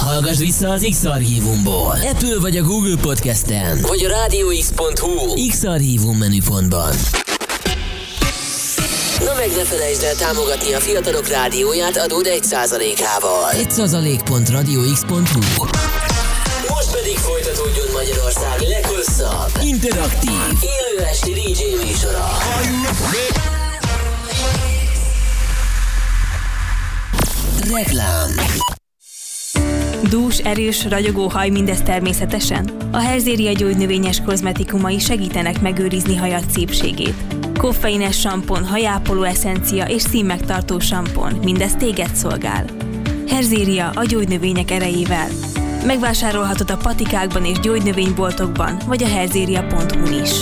Hallgass vissza az X-Archívumból. Apple vagy a Google Podcasten, vagy a radiox.hu X-Archívum menüpontban. Na meg ne felejtsd el támogatni a Fiatalok Rádióját adód 1%-ával. 1%.radiox.hu. Most pedig folytatódjon Magyarország leghosszabb, interaktív, élő esti DJ műsora. Reklám. Dús, erős, ragyogó haj, mindez természetesen? A Herzéria gyógynövényes kozmetikumai segítenek megőrizni hajad szépségét. Koffeines sampon, hajápoló eszencia és színmegtartó sampon, mindez téged szolgál. Herzéria a gyógynövények erejével. Megvásárolhatod a patikákban és gyógynövényboltokban, vagy a herzéria.hu-n is.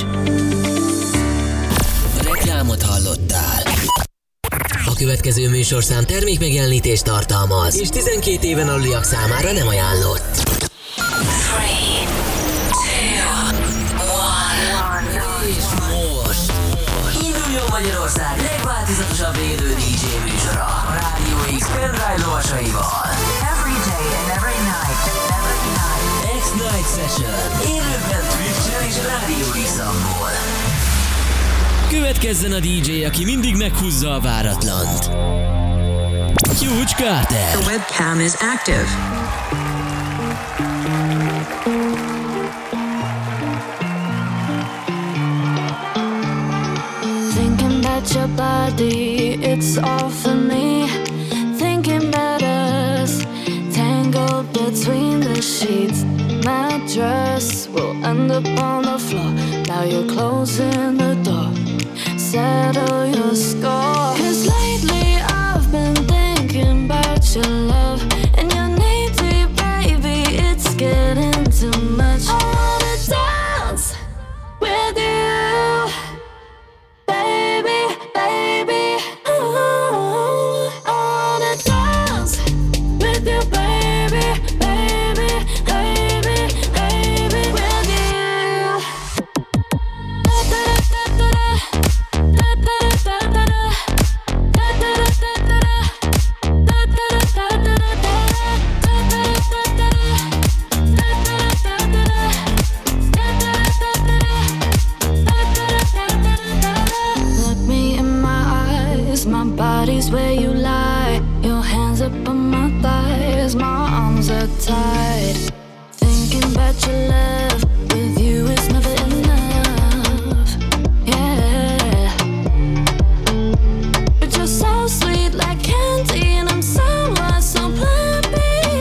Reklámot hallottál. A következő műsorszám termékmegjelenítést tartalmaz, és 12 éven aluliak számára nem ajánlott. 3, 2, 1. És most induljon Magyarország legváltozatosabb élő DJ műsora a Rádió X pendrive lovasaival. Every day and every night. X-Night Session. Élőben Twitch-en és Rádió X-amból. Következzen a DJ, aki mindig meghúzza a váratlant. Huge Carter. The webcam is active. Thinking about your body, it's all for me. Thinking about us, tangled between the sheets. My dress will end up on the floor. Now you're closing the door. Settle your score. 'Cause lately I've been thinking about your love and your needy baby. It's getting too much. I wanna dance with you, baby, baby. Ooh, I wanna dance with you, baby, baby, baby, baby, with you. Da, da, da, da, look me in my eyes, my body's where you lie. Your hands up on my thighs, my arms are tight. Thinking about your love, with you is never enough. Yeah, but you're so sweet like candy, and I'm someone so plan B.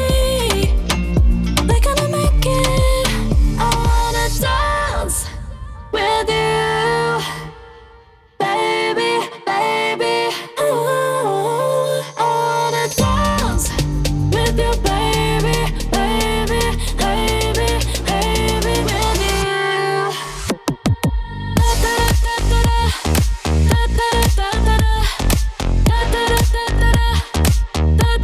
We're gonna make it. I wanna dance with you, baby, baby. Ooh, I wanna dance with you, baby, baby, baby, baby, with you. Da da da da da da da da da da da da da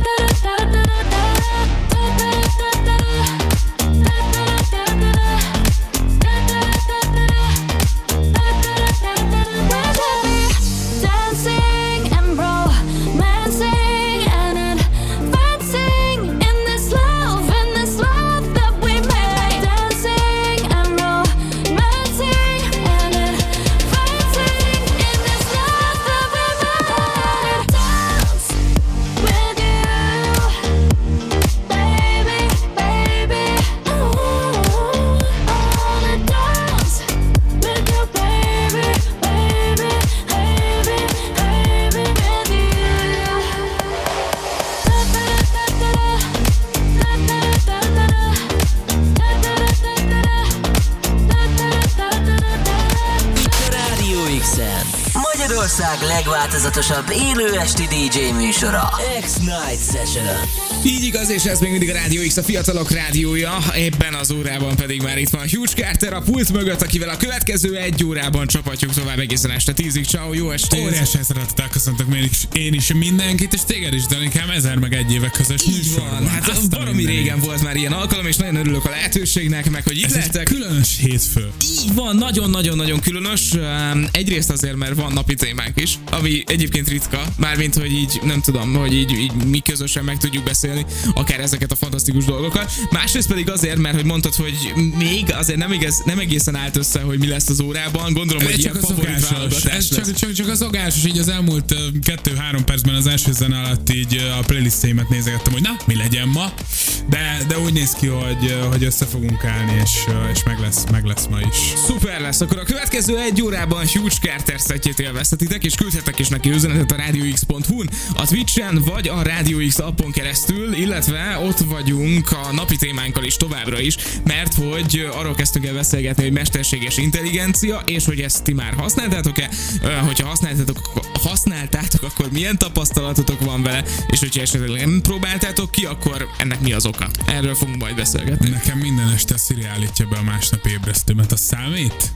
dancing and romancing and advancing in this love that we made. Dancing and romancing and advancing in this love that we made. Dance with you, baby, baby. Ooh, I wanna dance with you, baby, baby, baby, baby, with you. Da da da da da da da da Rádió X-en. Magyarország legváltozatosabb élő esti DJ műsora. X-Night Session. Így igaz, és ez még mindig a Rádió X, a Fiatalok Rádiója. Ebben az órában pedig már itt van Huge Carter a pult mögött, akivel a következő 1 órában csapatjuk tovább egészen este 10-ig. Ciao, jó estét! Óriási szeretettel köszöntök én is mindenkit, és téged is, Danikám, 1001 évek közös műsorban. Van, hát baromi régen volt már ilyen alkalom, és nagyon örülök a lehetőségnek, meg hogy itt lehetek. Különös hétfő. Így van, nagyon-nagyon-nagyon különös. Egyrészt azért, mert van napi témánk is, ami egyébként ritka, mármint, hogy így nem tudom, hogy így mi közösen meg tudjuk beszélni megbeszélni akár ezeket a fantasztikus dolgokat. Másrészt pedig azért, mert hogy mondtad, hogy még azért nem egészen állt össze, hogy mi lesz az órában. Gondolom, hogy ilyen favorit válogatás lesz. Csak az szokásos, így az elmúlt 2-3 percben az első zene alatt így a playlistjeimet nézegettem, hogy na, mi legyen ma. De úgy néz ki, hogy össze fogunk állni, és meg lesz ma is. Szuper lesz, akkor a következő egy órában Huge Carter szettjét élvezhetitek, és küldhetek is neki üzenetet a radiox.hu-n, a Twitchen vagy a Radio X appon keresztül, illetve ott vagyunk a napi témánkkal is továbbra is, mert hogy arról kezdtünk el beszélgetni, hogy mesterséges intelligencia, és hogy ezt ti már használtátok-e, hogyha használtátok, akkor milyen tapasztalatotok van vele, és hogyha esetleg nem próbáltátok ki, akkor ennek mi az oka? Erről fogunk majd beszélgetni. Nekem minden este a Siri állítja be a másnap ébresztőmet, az számít?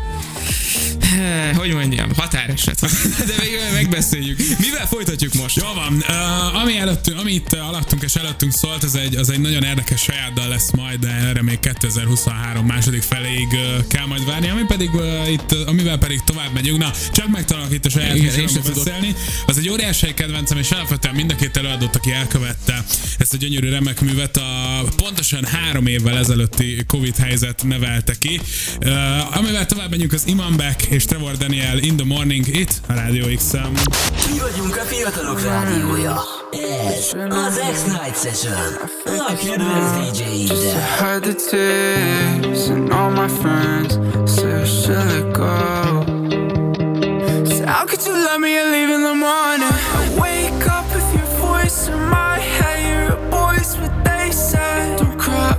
Hogy mondjam, határeset. De még megbeszéljük. Mivel folytatjuk most? Jó van, ami itt alattunk és előttünk szólt, az egy nagyon érdekes saját dal lesz majd, de erre még 2023 második feléig kell majd várni, amivel pedig tovább megyünk. Na, csak megtalálok itt a saját műsoromba beszélni. Az egy óriási kedvencem, és alapvetően mind a két előadót, aki elkövette ezt a gyönyörű remek művet, pontosan 3 évvel ezelőtti Covid helyzet nevelte ki. Amivel tovább megyünk, az Iman Beck és Trevor Daniel In The Morning, itt a Radio X-en. Mi vagyunk a fiatalok rádiója. Ez az X-Night Session. A kedvenc DJ-iddel. I heard the tears and all my friends say I should let go. So how could you love me and leave in the morning? I wake up with your voice in my head. You're a voice, what they say. Don't cry.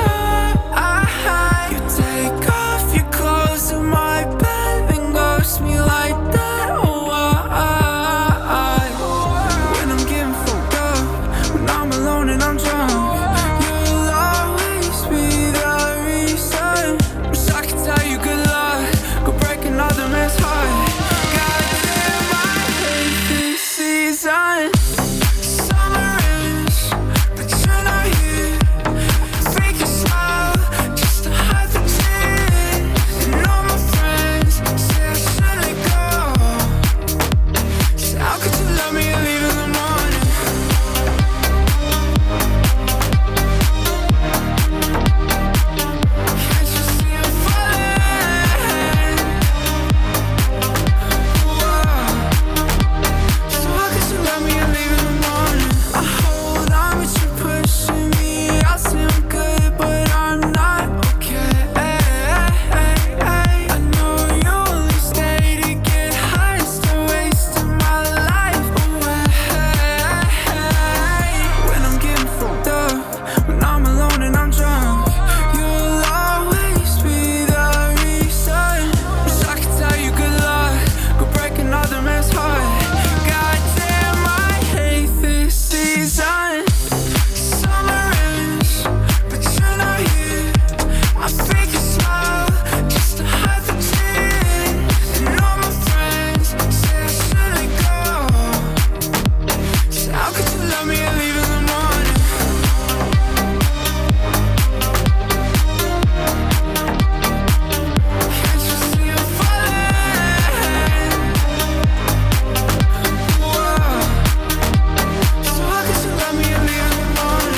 You take off your clothes in my bed and ghost me like that. Oh, when I'm getting fucked up, when I'm alone and I'm drunk, you'll always be the reason. Wish I could tell you good luck, go break another man's heart. Goddamn, I hate this season. Summer is, but you're not here. Fake a smile just to hide the tears. And all my friends say I shouldn't go. So how could you love me and leave in the morning? Can't you see I'm falling? Whoa. So how could you love me and leave in the morning? I hold on, but you're pushing me. I say I'm good, but I'm not okay. I know you only stay to get high, still wasting my life away. When I'm getting fucked up, when I'm alone and I'm drunk, you'll always be the reason. Wish I could tell you good luck, go break another man's heart. Goddamn, I hate this season. Summer is, but you're not here. I fake a smile just to hide the tears. And all my friends say I shouldn't go. So how could you love me and leave in the morning? Can't you see I'm falling? Whoa. So how could you love me and leave in the morning?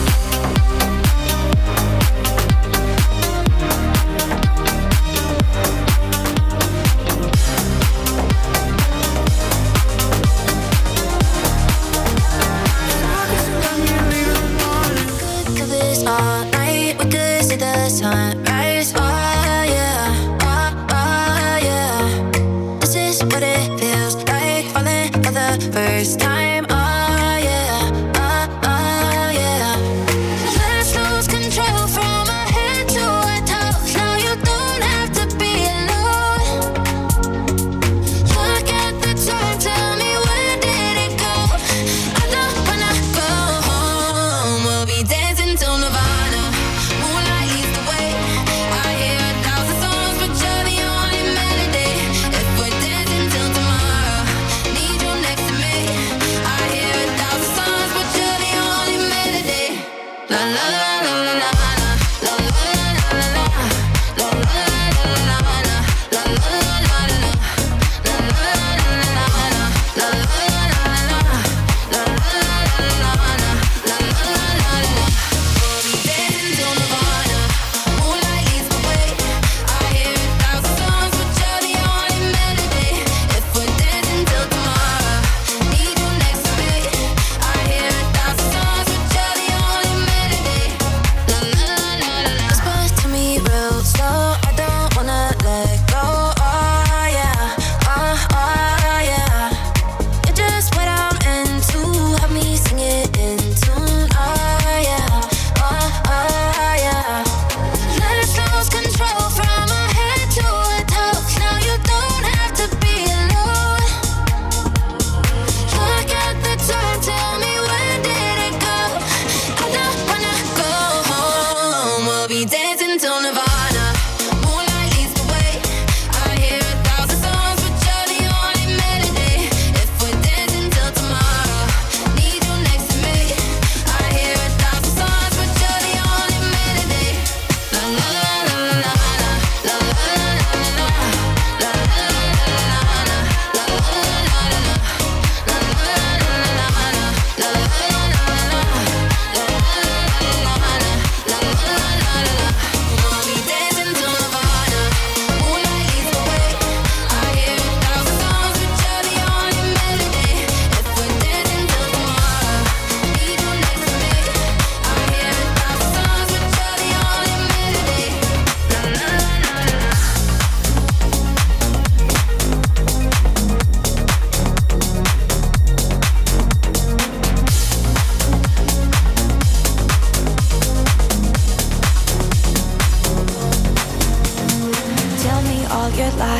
How could you love me and leave in the morning? Could this all night, we could see the sunrise. Oh yeah, oh yeah. This is what it feels like, falling for the first time. Oh yeah, oh yeah. Let's lose control from our head to our toes. Now you don't have to be alone. Look at the time, tell me where did it go? I don't wanna go home. We'll be dancing till Nirvana. Moonlight leads the way. I hear 1,000 songs, but you're the only melody. If we're dancing till tomorrow, need you next to me. I hear 1,000 songs, but you're the only melody. La la la la la la la la la la la la la la la la la la. La la la la la la la la la la la la la la la la la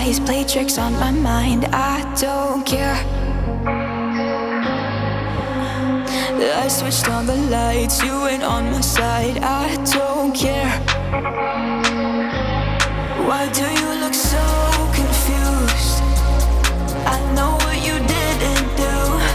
eyes play tricks on my mind. I don't care. I switched on the lights, you ain't on my side. I don't care. Why do you look so confused? I know what you didn't do.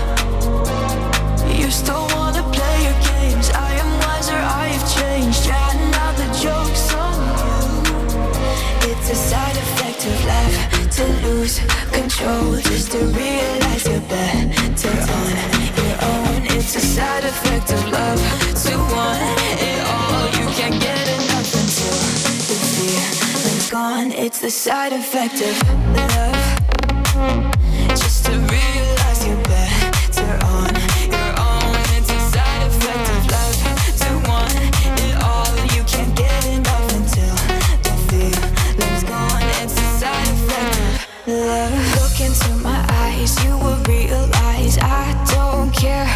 You still wanna play your games. I am wiser, I've changed. Trying out the jokes on you. It's a side effect of life, to lose control, just to realize you're better on your own. It's a side effect of love, to want it all. You can't get enough until the feeling's gone. It's the side effect of love, just to realize you're better on your own. It's a side effect of love, to want it all. You can't get enough until the feeling's gone. It's a side effect of love. Look into my eyes, you will realize I don't care.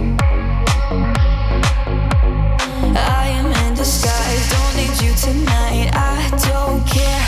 I am in disguise, don't need you tonight. I don't care.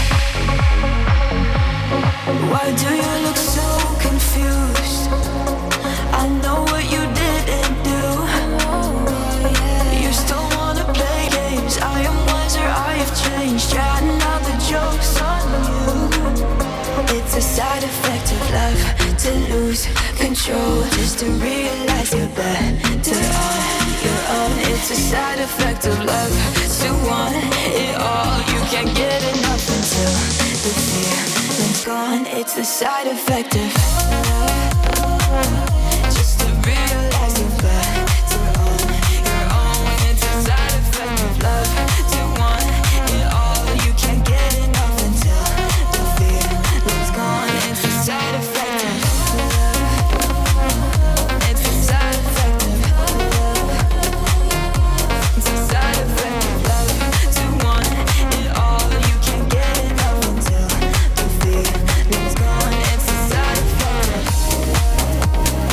Why do you look so confused? I know what you didn't do. You still wanna play games. I am wiser, I have changed. Trying out the jokes on you. It's a side effect of love, to lose control, just to realize you're better on your own. It's a side effect of love, to want it all. You can't get enough until the feeling's gone. It's the side effect of love, just to realize you're better on your own. It's a side effect of love, to want it all. You can't get enough until the feeling's gone. It's the side effect of love. It's the side effect of love. It's the side effect of love, to want it all. You can't get enough until the feeling's gone. It's the side effect of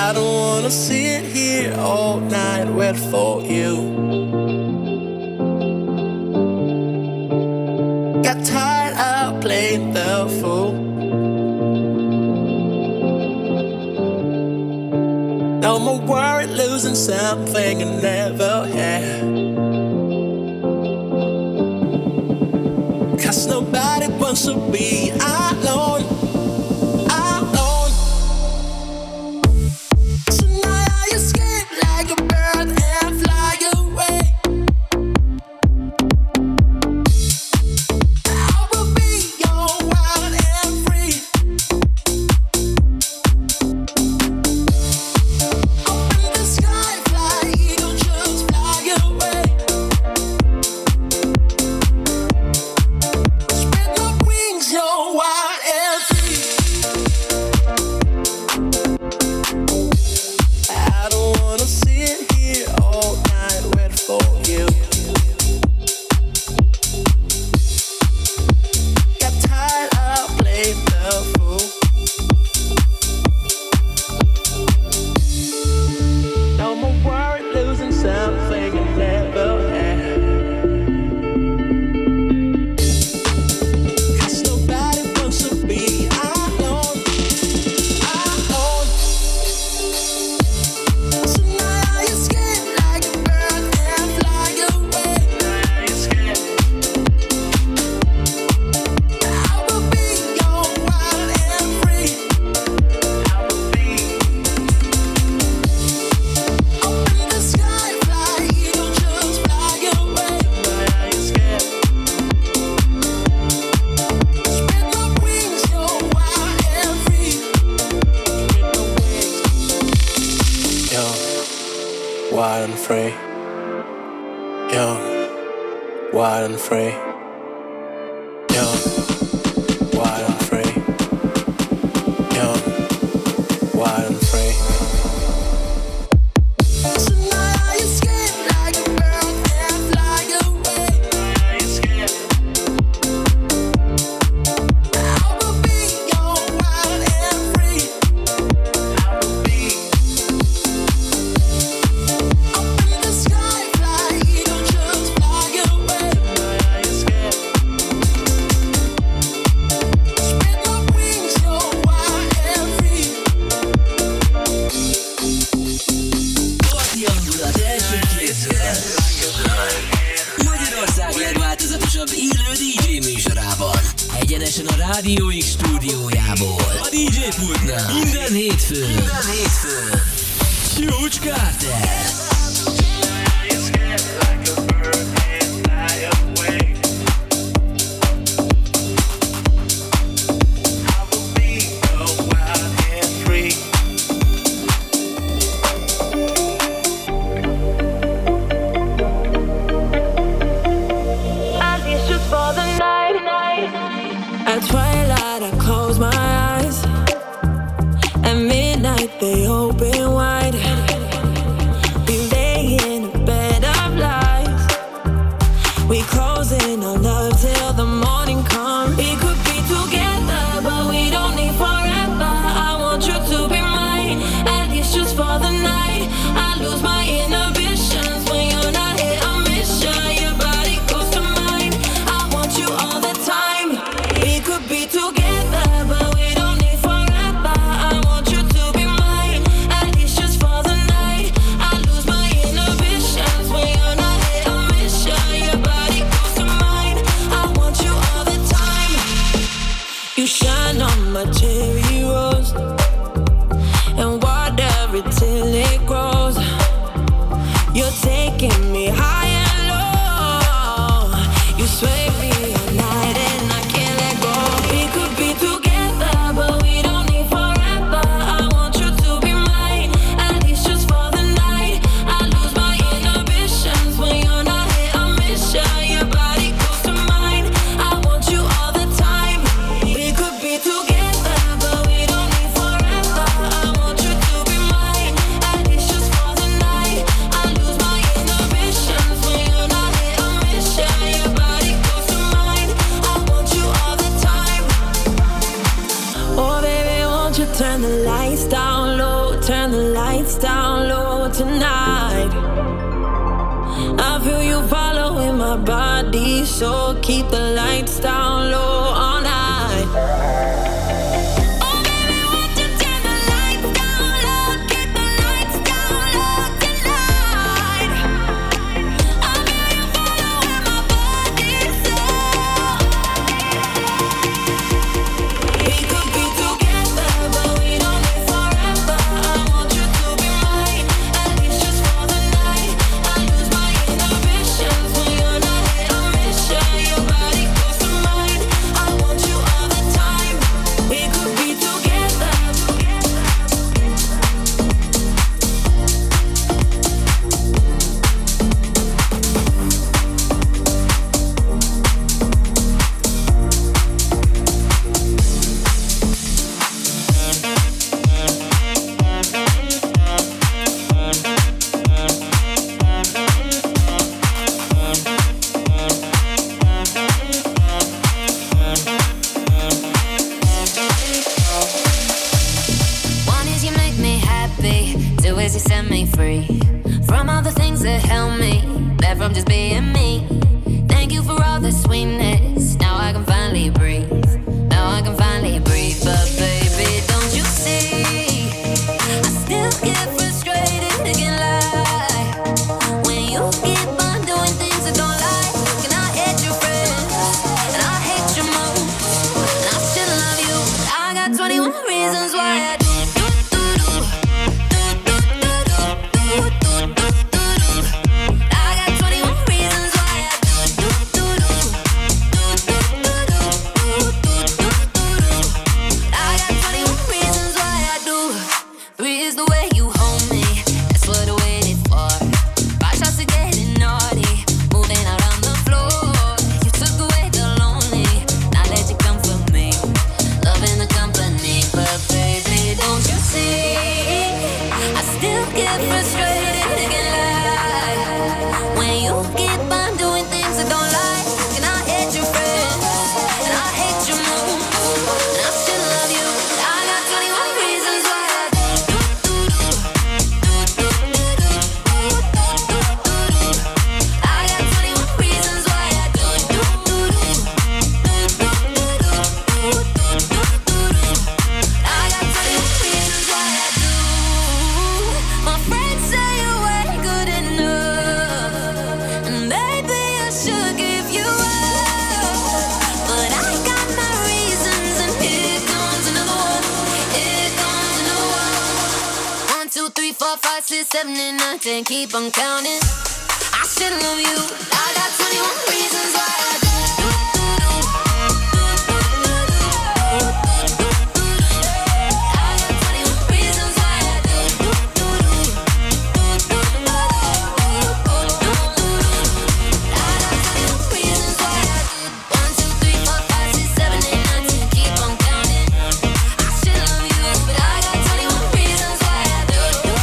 I don't wanna sit here all night wait for you. Got tired of playing the fool. No more worried losing something I never had. 'Cause nobody wants to be alone. Turn the lights down low, turn the lights lights down low tonight. I feel you following my body, so keep the lights down low all night. Oh baby, won't you turn the lights down low, keep the lights down low tonight. I feel you following my body, so we could be together, but we don't live forever. I want you to be mine, at least just for the night. I lose my inhibitions when you're not in a mission. Your body goes to mine. I want you all the time. We could be together. One is you make me happy, two is you set me free from all the things that held me back from just being me. Thank you for all the sweetness. Now I can finally breathe. Now I can finally breathe. But baby, don't you see? I still get frustrated, can't lie. When you keep on doing things that don't like, and I hate your friends, and I hate your moves, and I still love you. I got 21 reasons why I do. I got 21 reasons why I do. I got 21 reasons why I do. 3 is the way you hold me. That's what I waited for. 5 shots of getting naughty, moving out on the floor. You took away the lonely, now let you come for me. Loving the company, but baby, don't you see? I still get frustrated, can't lie. When you keep on doing things I don't like, and I hate your friends, and I hate your moves, and I still love you. I got 21 reasons why I do. I got 21 reasons why I do. I got 21 reasons why I do. My friends say you ain't good enough, and maybe I should give you up. But I got my reasons, and here comes another one. Here comes another one. 1, 2, 3, 4, 5, 6, 7, and 9, 10. Keep on counting. I still love you. I got 21 reasons why I do. I got 21 reasons why I do. I got 21 reasons why I do. 1, 2, 3, 4, 5, 6, 7, 8, 9, 10. Keep on counting. I still love you, but I got 21 reasons why I do.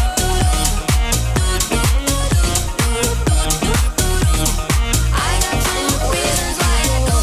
I got 21 reasons why I do.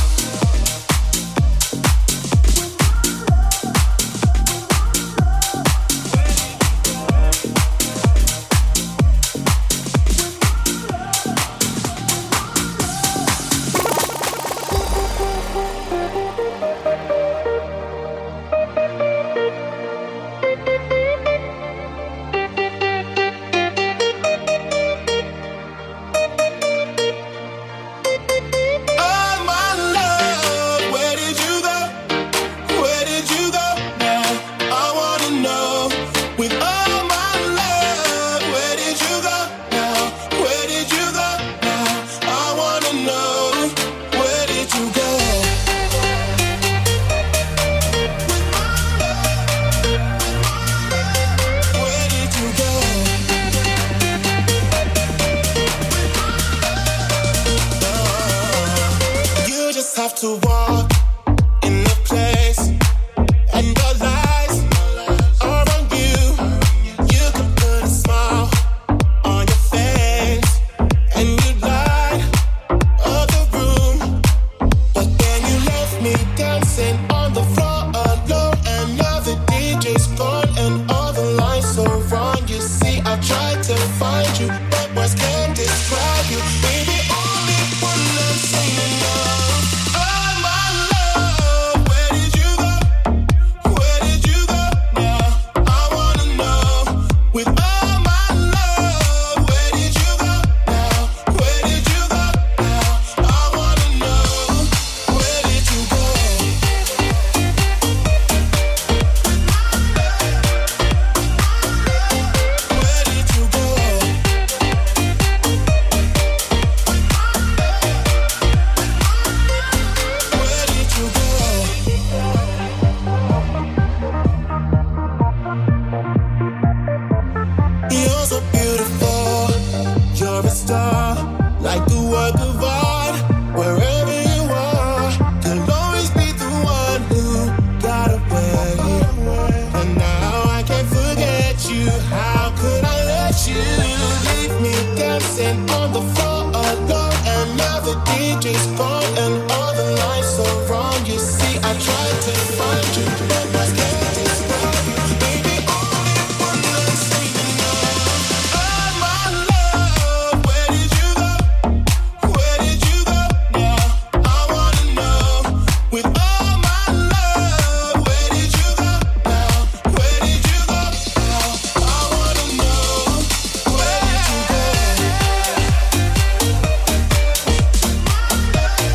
Oh my love, where did you go? Where did you go now? I wanna know. With all my love, where did you go now? Where did you go now? I wanna know. Where did you go? Where did you go? You just have to walk in the place, and the lights are on you. You can put a smile on your face, and you light up the room. But then you left me dancing on the floor alone, and now the DJ's gone and all the lights so wrong. You see, I tried to find you, but words can't describe you. Baby, only one love saying love. Oh my love, where did you go? Where did you go now? I wanna know. With all my love, where did you go now? Where did you go now? I wanna know. Where did you go? Where did you go? Where did you go? You're so beautiful, you're a star, like the work of art. Wherever you are, you'll always be the one who got away. And now I can't forget you. How could I let you leave me dancing on the floor alone? And now the DJ's gone and all the lights are wrong. You see, I tried to find you, but I can't describe you. Baby, only one love saying love. Oh my love, where did you go? Where did you go now? I wanna know. With all my love, where did you go now? Where did you go now? I wanna know. Where did you go?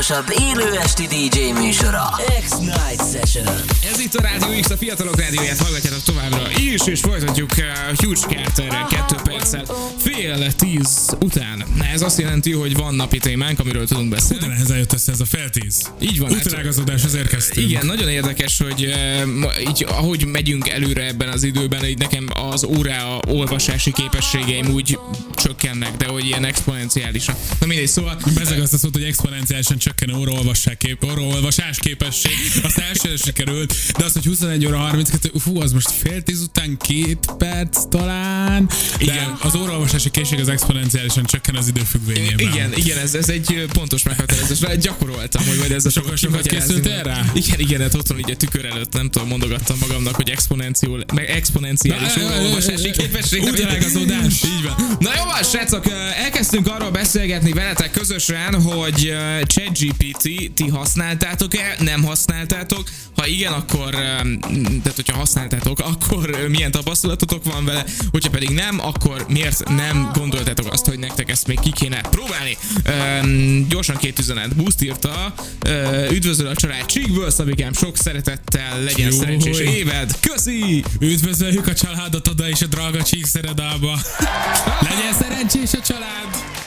legfontosabb élő esti DJ műsora, X-Night Session. Ez itt a Rádió X, a fiatalok rádióját hallgatjátok továbbra is, és folytatjuk Huge Carterrel 2 perccel 9:30 után. Ez azt jelenti, hogy van napi témánk, amiről tudunk beszélni. De ehhez eljött össze ez a 9:30. Így van. Útrágazódás, ezért kezdtünk. Igen, nagyon érdekes, hogy így, ahogy megyünk előre ebben az időben, így nekem az órá olvasási képességeim úgy csökkennek, de hogy ilyen exponenciálisan. Na mindegy, szóval... Bezeg azt a szót, hogy exponenciálisan csökkenő óraolvasás képesség. Azt elsőre sikerült, de az, hogy 21:32, az most 9:30 után 2 perc talán. De igen. Az óraolvasási készség az exponenciálisan csökken az idő függvényében. Igen, ez egy pontos meghatározás. Gyakoroltam, hogy majd ez a sokat készültél rá? Igen, hát otthon így a tükör előtt, nem tudom, mondogattam magamnak, hogy exponenciális óraolvasási képesség. Útrágazódás. Így van. Na jó van, srácok, elkezdtünk arról beszélgetni veletek közösen, hogy ChatGPT ti használtátok-e, nem használtátok? Ha igen, akkor, tehát hogyha használtátok, akkor milyen tapasztalatotok van vele? Hogyha pedig nem, akkor miért nem gondoltátok azt, hogy nektek ezt még ki kéne próbálni? Gyorsan 2 üzenet. Boost írta, üdvözöl a család Csíkből, Szabikám, sok szeretettel, legyen szerencsés éved. Köszi! Üdvözöljük a családot oda is a drága Csíkszeredába. Legyen szerencsés a család!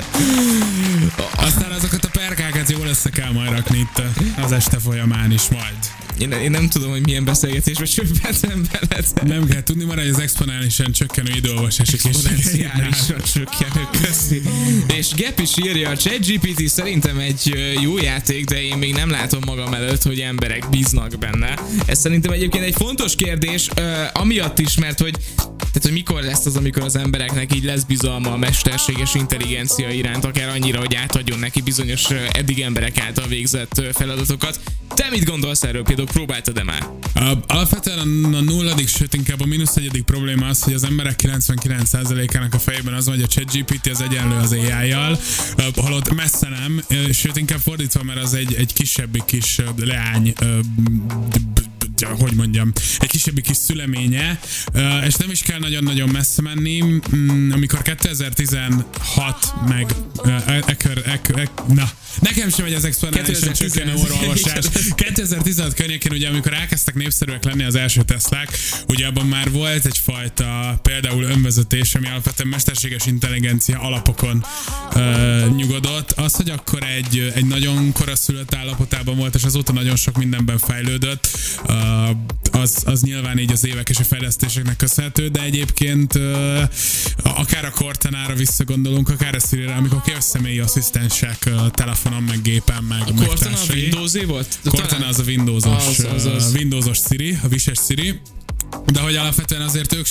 Aztán azokat a perkákat jól össze kell majd rakni itt az este folyamán is majd. Én nem tudom, hogy milyen beszélgetésben csöppentem veled. Nem kell tudni, már ez exponenciálisan csökkenő időolvasási exponenciálisan csökkenő, köszi. És Gep is írja, a ChatGPT szerintem egy jó játék, de én még nem látom magam előtt, hogy emberek bíznak benne. Ez szerintem egyébként egy fontos kérdés, amiatt is, mert hogy mikor lesz az, amikor az embereknek így lesz bizalma a mesterséges intelligencia iránt, akár annyira, hogy átadjon neki bizonyos eddig emberek által végzett feladatokat. Te mit gondolsz erről? Például próbáltad-e már? Alapvetően a nulladik, sőt inkább a -1. probléma az, hogy az emberek 99%-ának a fejében az, hogy a ChatGPT az egyenlő az AI-jal, holott messze nem, sőt inkább fordítva, mert az egy kisebbik kis leány, hogy mondjam, egy kisebbi kis szüleménye, és nem is kell nagyon-nagyon messze menni. Amikor 2016 meg nekem sem megy az exponenciálisan csökkenő óraolvasás. 2016 környékén ugye, amikor elkezdtek népszerűek lenni az első Teslák, ugye abban már volt egyfajta például önvezetés, ami alapvetően mesterséges intelligencia alapokon nyugodott. Az, hogy akkor egy nagyon koraszülött állapotában volt, és azóta nagyon sok mindenben fejlődött, az nyilván így az évek és a fejlesztéseknek köszönhető, de egyébként akár a Cortanára visszagondolunk, akár a Siri-re, amikor személyi asszisztensek telefonon, meg gépen, meg a Cortana a Windows-é volt? Cortana az a Windowsos Siri, a Wises Siri. De hogy alapvetően azért ők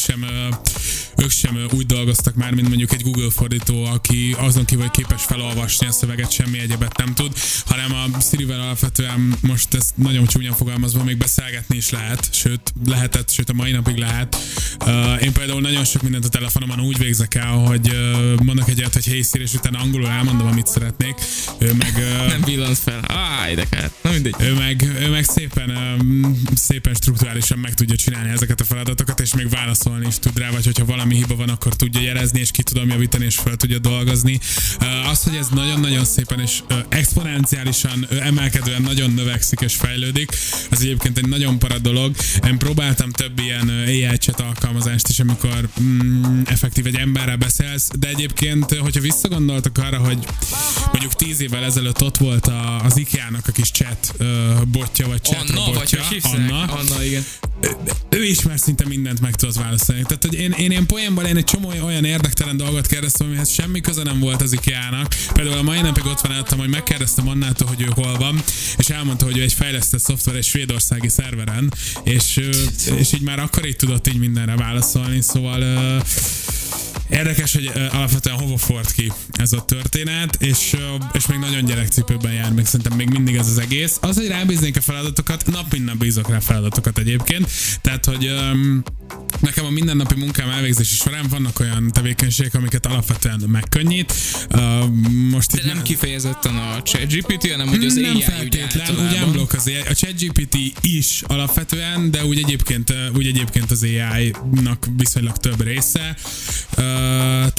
sem úgy dolgoztak már, mint mondjuk egy Google fordító, aki azon kívül képes felolvasni a szöveget, semmi egyebet nem tud, hanem a Sirivel alapvetően, most ezt nagyon csúnyan fogalmazva, még beszélgetni is lehet, sőt a mai napig lehet. Én például nagyon sok mindent a telefonomon úgy végzek el, hogy mondok egy olyat, hogy hey Siri, és utána angolul elmondom, amit szeretnék. Ő meg... nem villant fel. Érdekelt. Na mindegy. Ő meg szépen strukturálisan meg tudja csinálni ezeket a feladatokat, és még válaszolni is tud rá, vagy hogyha valami hiba van, akkor tudja jelezni, és ki tudom javítani, és fel tudja dolgozni. Az, hogy ez nagyon-nagyon szépen és exponenciálisan emelkedően nagyon növekszik és fejlődik, az egyébként egy nagyon para dolog. Én próbáltam több ilyen AI chat alkalmazást is, amikor effektív egy emberrel beszélsz, de egyébként, hogyha visszagondoltak arra, hogy mondjuk 10 évvel ezelőtt ott volt az IKEA-nak a kis chat botja, vagy chat robotja, Anna, igen. Ő is már szinte mindent meg tudod válaszolni. Tehát, hogy én ilyen poénból egy csomó olyan érdektelen dolgot kérdeztem, amihez semmi köze nem volt az IKEA-nak. Például a mai napig ott van előttem, hogy megkérdeztem Annától, hogy ő hol van, és elmondta, hogy ő egy fejlesztett szoftver egy svédországi szerveren, és így már akkor így tudott így mindenre válaszolni, szóval érdekes, hogy alapvetően hova ford ki ez a történet, és még nagyon gyerekcipőben jár, még szerintem még mindig ez az egész. Az, hogy rábíznék a feladatokat, nap mint nap bízok rá feladatokat egyébként, tehát, hogy nekem a mindennapi munkám elvégzési során vannak olyan tevékenységek, amiket alapvetően megkönnyít. De nem kifejezetten a ChatGPT, hanem úgy az AI úgy általában. Úgy unblock az AI. A ChatGPT is alapvetően, de úgy egyébként az AI-nak viszonylag több része. Tehát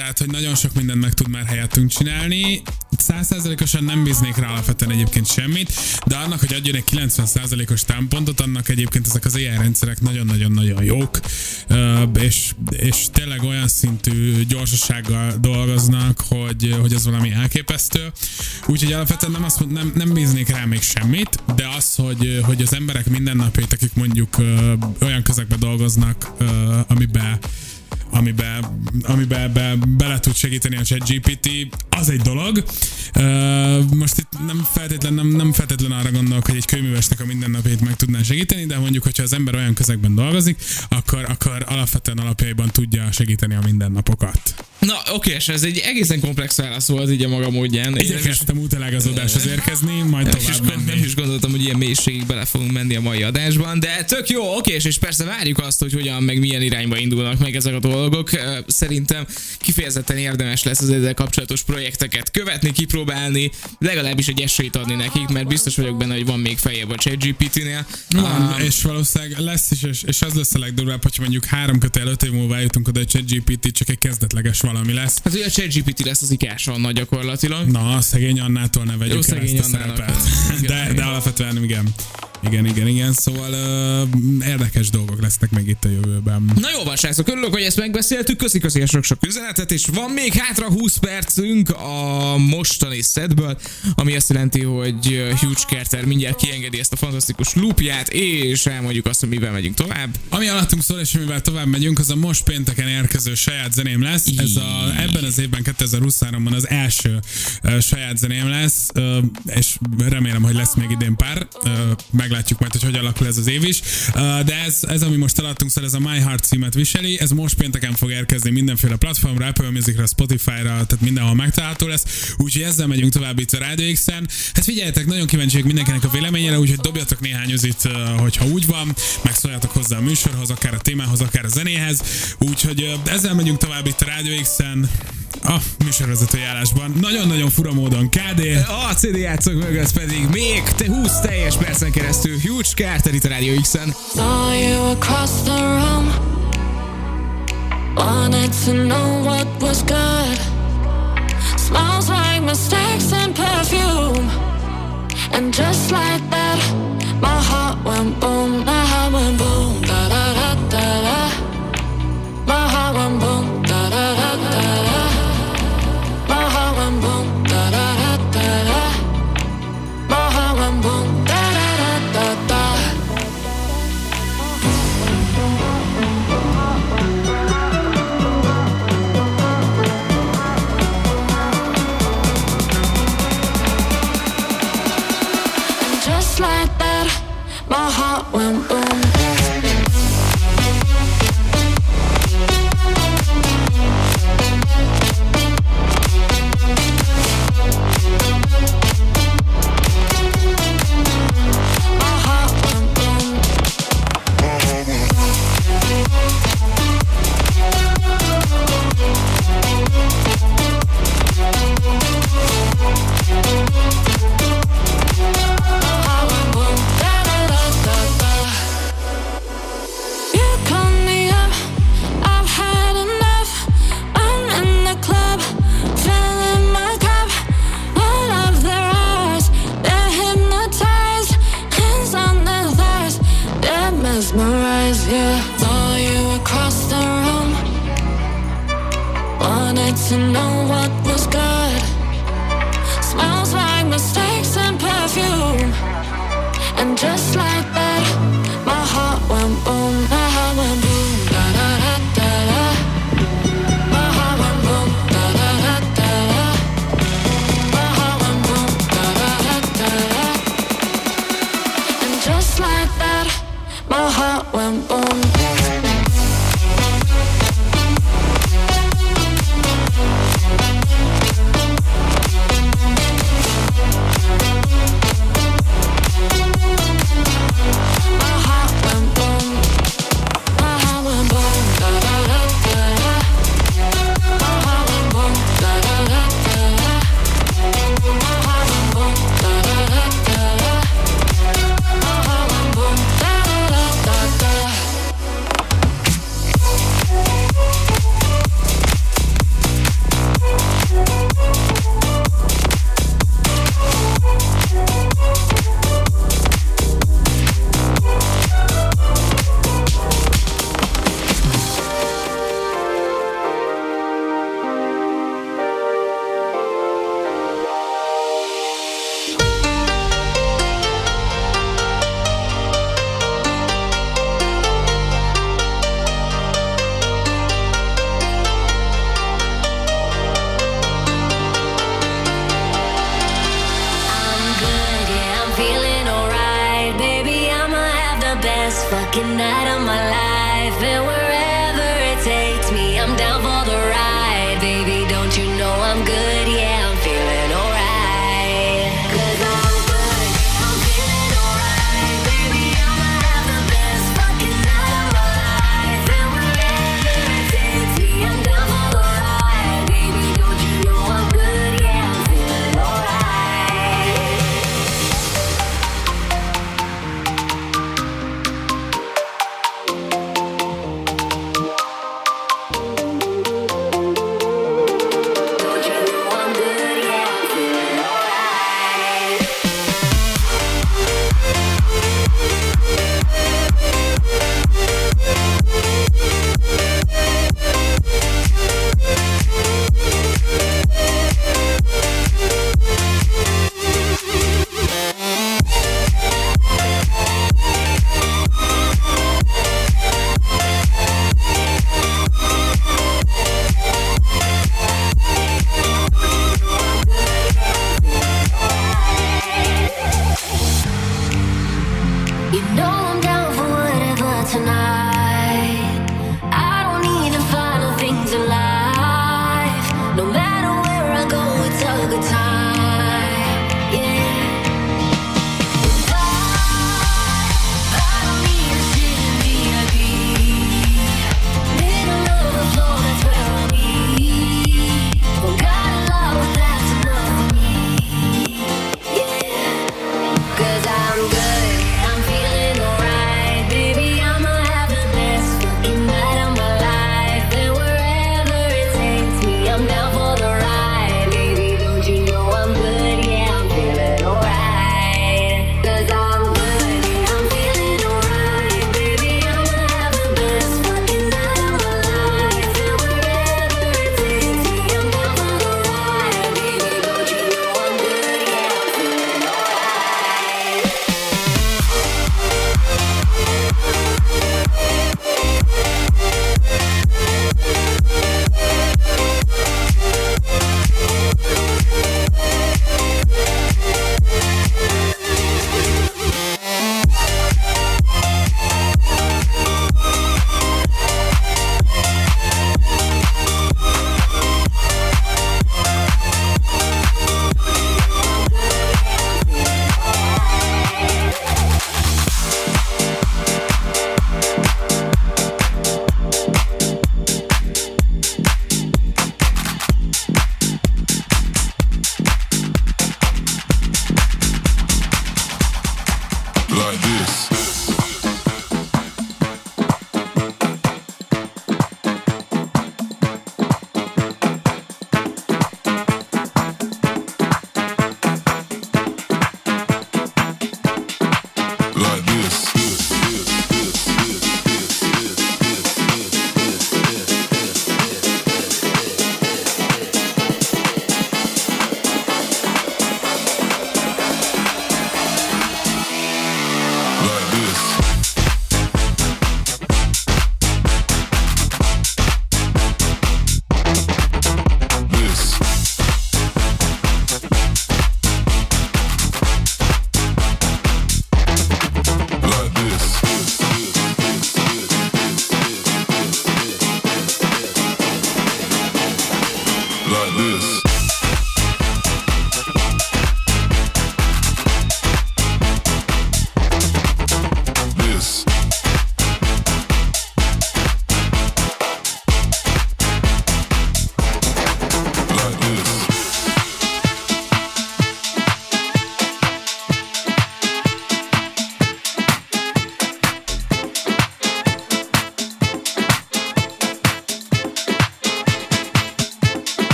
tehát, hogy nagyon sok mindent meg tud már helyettünk csinálni. 100%-osan nem bíznék rá alapvetően egyébként semmit, de annak, hogy adjon egy 90%-os támpontot, annak egyébként ezek az AI rendszerek nagyon-nagyon-nagyon jók, és tényleg olyan szintű gyorsasággal dolgoznak, hogy ez valami elképesztő. Úgyhogy alapvetően nem bíznék rá még semmit, de az, hogy az emberek mindennapjait, akik mondjuk olyan közegben dolgoznak, amiben bele tud segíteni a ChatGPT, az egy dolog. Most itt nem feltétlen arra gondolok, hogy egy kőművesnek a mindennapjait meg tudná segíteni, de mondjuk, hogyha az ember olyan közegben dolgozik, akkor alapvetően alapjaiban tudja segíteni a mindennapokat. Na, oké, és ez egy egészen komplex válasz volt így a maga módján. Igyekeztem útelágazódáshoz érkezni, majd tovább menni. Nem is gondoltam, hogy ilyen mélységig bele fogunk menni a mai adásban, de tök jó, oké, és persze várjuk azt, hogy hogyan, meg milyen irányba indulnak meg ezek a dolgok. Szerintem kifejezetten érdemes lesz az ezzel kapcsolatos projekteket követni, kipróbálni, legalábbis egy esélyt adni nekik, mert biztos vagyok benne, hogy van még feljebb a ChatGPT-nél. Van, és valószínűleg lesz is, és az lesz a legdurvább, hogyha mondjuk 3-5 év múlva eljutunk oda, hogy ChatGPT csak egy kezdetleges valami lesz. Hát ugye a ChatGPT lesz az IKEA-s Anna gyakorlatilag. Na, a szegény Annától ne vegyük el ezt a szerepet. De alapvetően igen. Szóval érdekes dolgok lesznek még itt a jövőben. Na jó van, srácok, örülök, hogy ezt megbeszéltük. Köszi a sok üzenetet, és van még hátra 20 percünk a mostani setből, ami azt jelenti, hogy Huge Carter mindjárt kiengedi ezt a fantasztikus loopját, és elmondjuk azt, hogy mivel megyünk tovább. Ami alattunk szól, és mivel tovább megyünk, az a most pénteken érkező saját zeném lesz. Ebben az évben, 2023-ban az első saját zeném lesz, és remélem, hogy lesz még idén pár. Meglátjuk majd, hogy alakul ez az év is. De ez ami most alattunk szól, ez a My Heart címet viseli. Ez most pénteken fog érkezni mindenféle platformra, Apple Musicra, Spotifyra, tehát mindenhol megtalálható lesz. Úgyhogy ezzel megyünk tovább itt a Radio X-en. Hát figyeljetek, nagyon kíváncsiak mindenkinek a véleményére, úgyhogy dobjatok néhány özit, hogyha úgy van, meg szóljatok hozzá a műsorhoz, akár a témához, akár a zenéhez. Úgyhogy ezzel megyünk tovább itt a Radio X-en. A műsorvezetői állásban. Nagyon-nagyon fura módon KD. A CD játszok mögött pedig még 20 teljes percen keresztül Huge Carter itt a Radio X-en. Saw you across the room. Wanted to know what was good. Smells like mistakes and perfume. And just like that, my heart went boom. My heart went boom. Da da da da da. My heart went boom. Da da da da da. My heart went boom. Da da da da da. My heart went boom. Da da da da da. Just like that, my heart went boom. To know what was good. Smells like mistakes and perfume. And just like that, my heart went boom. My heart went boom. Da da da da da. My heart went boom. Da da da da da. My heart went boom. Da da da da da. And just like that, my heart went boom. fucking night of my life. And wherever it takes me, I'm down for the ride. Baby, don't you know I'm good? Yeah, I'm feeling alright. 'Cause I'm good, I'm feeling alright. Baby, I'ma have the best fucking night of my life. And wherever it takes me, I'm down for the ride. Baby, don't you know I'm good? Yeah, I'm feeling alright. Don't you know I'm good? Yeah, I'm feeling alright. You know I'm down for whatever tonight. I don't need the final things in life. No matter where I go, it's a good time. Yeah. And I don't need a shit in VIP. Middle of the floor, that's where I'll be. Don't got a lot, but that's enough for me. Yeah. 'Cause I'm good, I'm feeling alright. Baby, I'ma have the best fucking night of my life. And wherever it takes me, I'm down for the ride. Baby, don't you know I'm good? Yeah, I'm feeling alright. 'Cause I'm good, I'm feeling alright. Baby, I'ma have the best fucking night of my life. And wherever it takes me, I'm down for the ride. Baby, don't you know I'm good? Yeah, I'm feeling alright. Like this. Like this. Like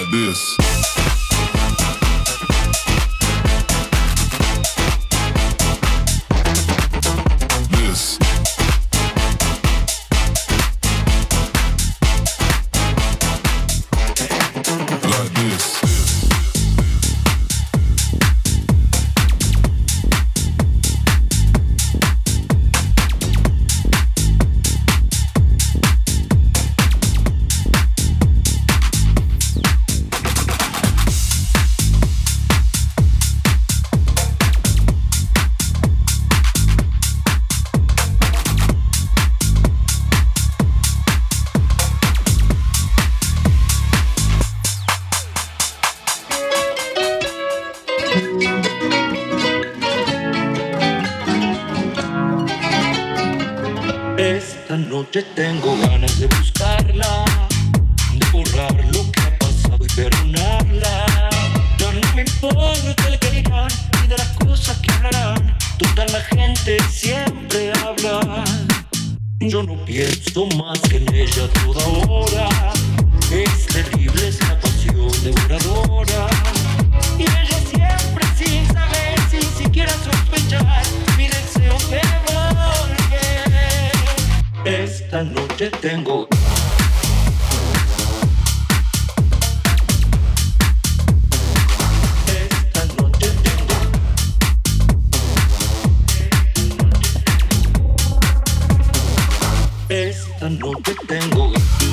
like this. This. Like this. noche tengo ganas de buscarla, de borrar lo que ha pasado y perdonarla. Ya no me importa el que dirán ni de las cosas que hablarán. Toda la gente siempre habla. Yo no pienso más que en ella toda hora. Es terrible, es la pasión devoradora. Y ella siempre sin saber, sin siquiera sospechar, mi deseo de volver. Esta noche tengo Esta noche tengo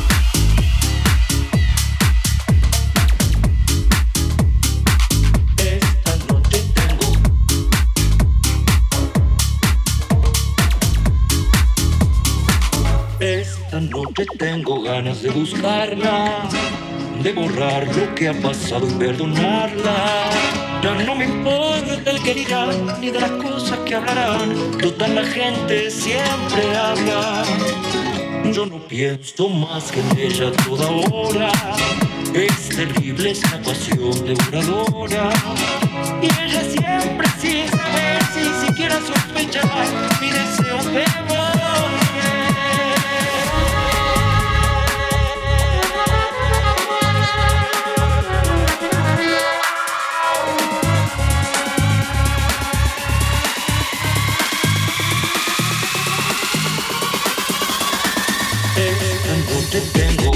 Esta noche tengo ganas de buscarla, de borrar lo que ha pasado y perdonarla. Ya no me importa el que dirán ni de las cosas que hablarán. Toda la gente siempre habla. Yo no pienso más que en ella toda hora. Es terrible, es la pasión devoradora. Y ella siempre sin saber, sin siquiera sospechar, mi deseo de volver. Esta noche tengo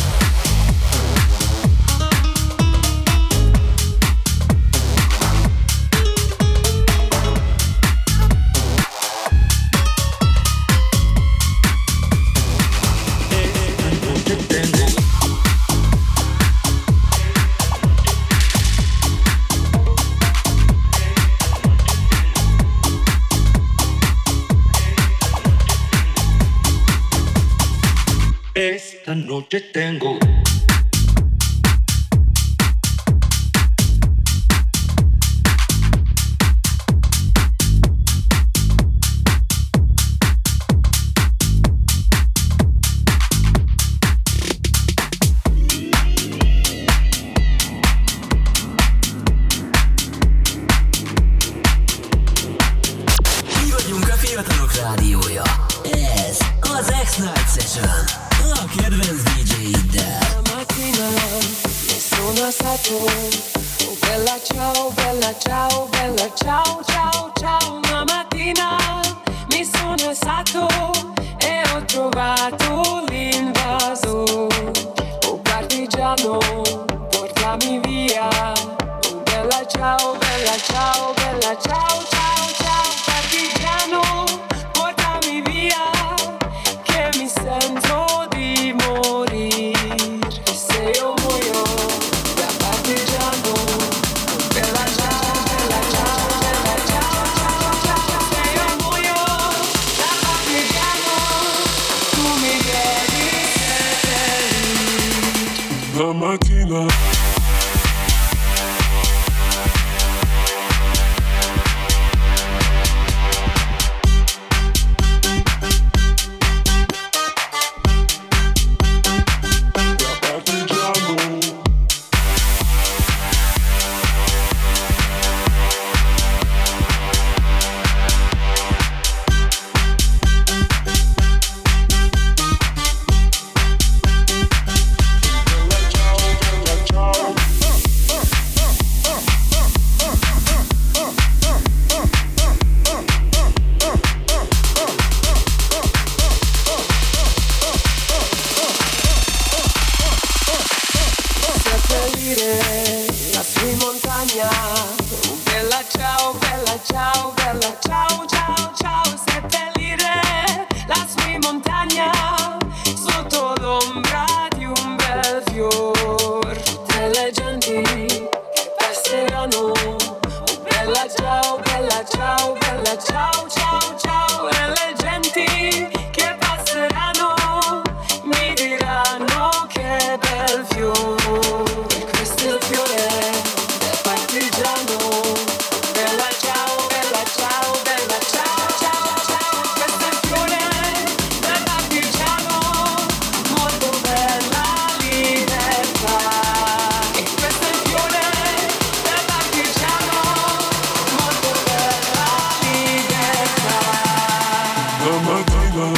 Esta noche tengo Mi vagyunk a Fiatalok Rádiója. Ez az X-Night Session. A kedvenc DJ-iddel. Mattina mi sono stato. Oh bella ciao, bella ciao, bella ciao, ciao, ciao. Una mattina mi sono stato e ho trovato l'invaso. Oh partigiano, portami via. Oh bella ciao, bella ciao, bella ciao, ciao, ciao. Partigiano, portami via, che mi sento di morire. E se io muoio da partigiano, bella ciao, bella ciao, bella ciao, ciao, ciao. Se io muoio da partigiano, tu mi devi seppellire. La mattina Bella ciao, bella ciao. seppellire la sua montagna. Bella ciao, bella ciao, bella ciao, ciao, ciao. Seppellire la sua montagna sotto l'ombra di un bel fior. Tutte le genti che passeranno. Bella ciao, bella ciao, bella ciao, ciao, ciao. E le genti che passeranno mi diranno che bel fiore. Questo è il fiore del partigiano. Bella ciao, bella ciao, bella ciao, ciao, ciao. Questo è il fiore del partigiano. Molto bella libertà. E questo è il fiore del partigiano. Molto bella libertà. La mattina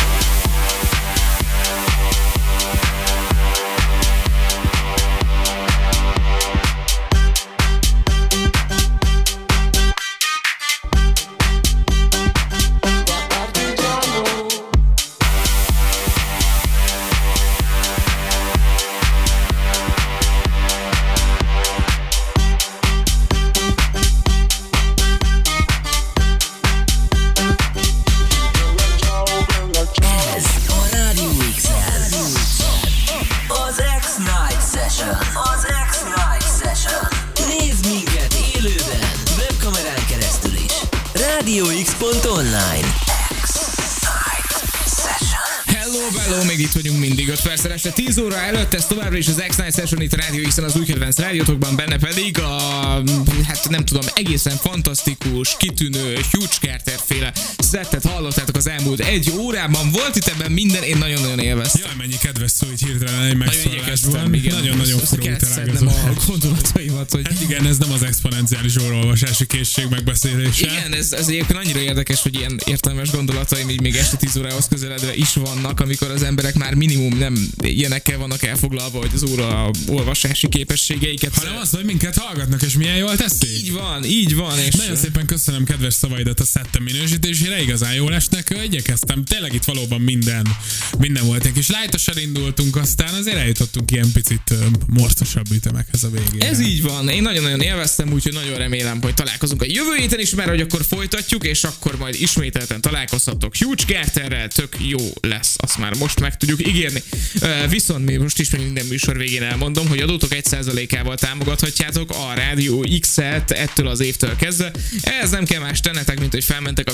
Ez a Rádió X-en. Az X-Night Session. Az X-Night Session. Nézd minket élőben, webkamerán keresztül is. RádioX.online. X-Night Session. Hello, még itt vagyunk mindig 5 perccel este 10 óra előtt, ez továbbra is az X-Night Session itt a Rádió X-en, az új kedvenc rádiótokban, benne pedig a, hát nem tudom, egészen fantasztikus, kitűnő, Hugh Carter féle szettet hallottátok az elmúlt egy órában, volt itt ebben minden, én nagyon-nagyon élveztem. Jaj, mennyi kedves szó így hirtelen egy megszólásban. Igen. Nagyon-nagyon forró szednem a gondolataimat, hogy... Hát igen, ez nem az exponenciális orrolvasási készség megbeszélése. Igen, ez egyébként annyira érdekes, hogy ilyen értelmes gondolataim így még este 10 órához közeledve is vannak, amikor az emberek már minimum nem ilyenekkel vannak elfoglalva, hogy az óra olvasási képességeiket. Hanem az, hogy minket hallgatnak, és milyen jól teszik. Így van. És nagyon szépen köszönöm kedves szavaidat a szettem minősítésére, igazán jól esnek, igyekeztem, tényleg itt valóban minden volt. Egy kis lightosan indultunk, aztán azért eljutottunk ilyen picit morcosabb ütemekhez a végén. Ez így van, én nagyon-nagyon élveztem, úgyhogy nagyon remélem, hogy találkozunk a jövő héten is, mert hogy akkor folytatjuk, és akkor majd ismételten találkozhatok Hugh Carterrel, tök jó lesz, azt már most meg tudjuk ígérni. Viszont mi most is minden műsor végén elmondom, hogy adótok 1%-ával támogathatjátok a Rádió X-et ettől az évtől kezdve. Ez nem kell más tennetek, mint hogy felmentek a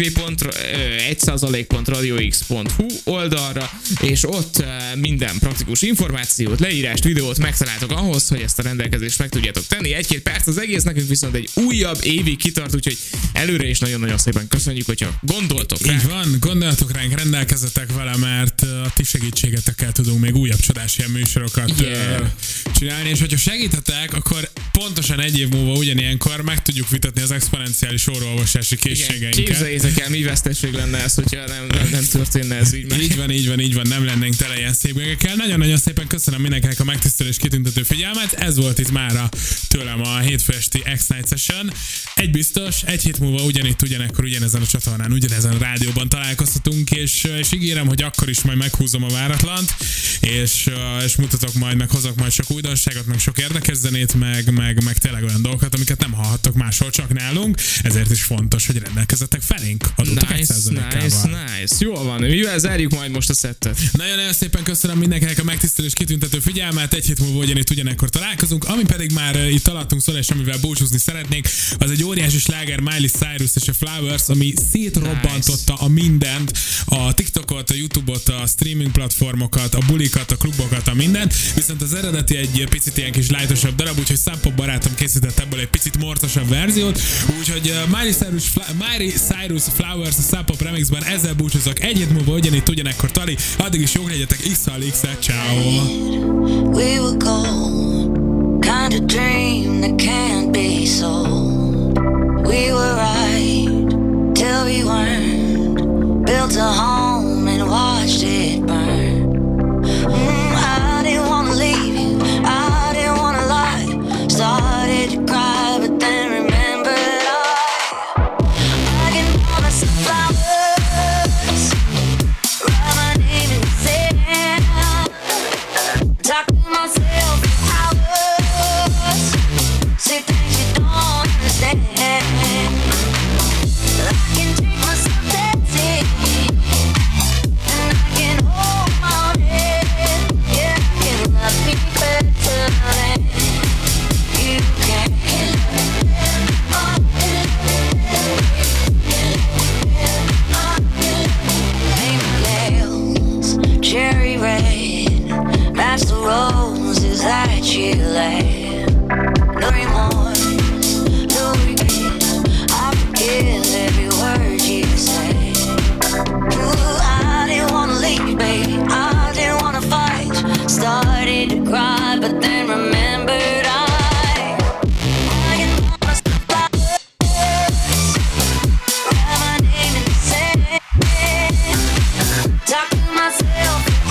www.1%.radiox.hu oldalra, és ott minden praktikus információt, leírást, videót megtaláltok ahhoz, hogy ezt a rendelkezést meg tudjátok tenni. 1-2 perc az egész, nekünk viszont egy újabb évig kitart, úgyhogy előre is nagyon-nagyon szépen köszönjük, hogyha gondoltok rá. Így van, gondoljatok ránk, rendelkezzetek vele, mert a ti segítségetekkel tudunk még újabb csodás ilyen műsorokat csinálni, és hogyha segíthetek, akkor pontosan egy év múlva ugyanilyenkor meg tudjuk vitatni az exponenciális orrolvasási készségeinket. Képzeljétek el, mi veszteség lenne ez, hogyha nem történne ez így meg. Így van, nem lennénk tele ilyen szép gégekkel. Nagyon-nagyon szépen köszönöm mindenkinek a megtisztelő és kitüntető figyelmet. Ez volt itt mára tőlem a hétfő esti X-Night Session. Egy biztos, egy hét múlva ugyanekkor ugyanezen a csatornán, ugyanezen a rádióban találkozhatunk, és ígérem, hogy akkor is majd meghúzom a váratlant, és mutatok majd, meg hozok majd sok újdonságot, meg sok érdekes zenét, meg tényleg olyan dolgokat, amiket nem hallhattok máshol, csak nálunk. Ezért is fontos, hogy rendelkezzetek felénk. Adótok 1%-ával. Nice. Jól van. Mivel zárjuk majd most a szettet? Nagyon szépen köszönöm mindenkinek a megtisztelő és kitüntető figyelmet. Egy hét múlva ugyanekkor találkozunk. Ami pedig már itt alattunk szól, és amivel búcsúzni szeretnék, az egy óriási sláger, Miley Cyrus és a Flowers, ami szétrobbantotta a mindent, a TikTokot, a YouTube-ot, a streaming platformokat, a bulikat, a klubokat, a mindent. Viszont az eredeti egy picit ilyen kis lightosabb darab, úgyhogy Számpop barátom készített ebből egy picit morcosabb verziót. Úgyhogy Miley Cyrus Flowers a Számpop remixben ezzel búcsúzok. Egy hét múlva ugyanekkor tali. Addig is jók legyetek, X-al, ciao. We were gold, kind of dream that can't be sold. We were right till we weren't. Built a home and watched it burn. I didn't wanna leave you, I didn't wanna lie. Started to cry, but then remembered I can promise the flowers. Write my name in the sand. Talk to myself for hours. she lay. No remorse, no regret. I forget every word you say. Ooh, I didn't wanna leave you, baby. I didn't wanna fight. Started to cry, but then remembered I didn't wanna stop. Write my name in the sand. Talk to myself for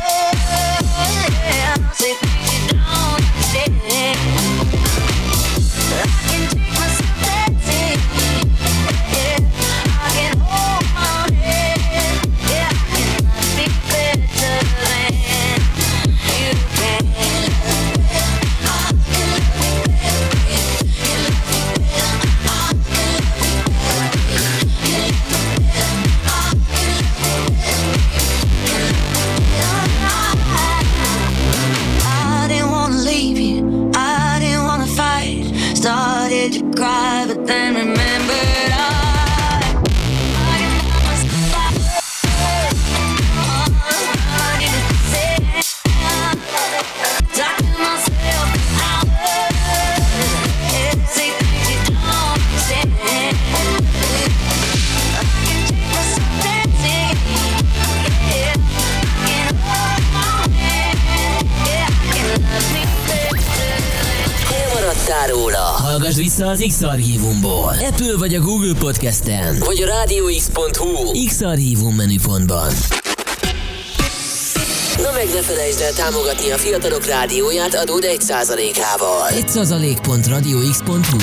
hours. Say things you don't understand. I can take myself dancing. Yeah, I can hold my head. Yeah, I cannot be better than you can. I didn't wanna leave you. I didn't wanna fight. Started to cry, but then remembered I didn't wanna stop. I needed to say, talk to myself for hours. Say things you don't understand. I can take myself dancing. Yeah, I can hold my hand. Yeah, I can love me better. Elmaradtál róla? Hallgass vissza az X-Archívumból. Apple vagy a Google Podcasten, vagy a radiox.hu X-Archívum menüpontban. Na meg ne felejtsd el támogatni a Fiatalok Rádióját adód 1%-ával. 1%.radiox.hu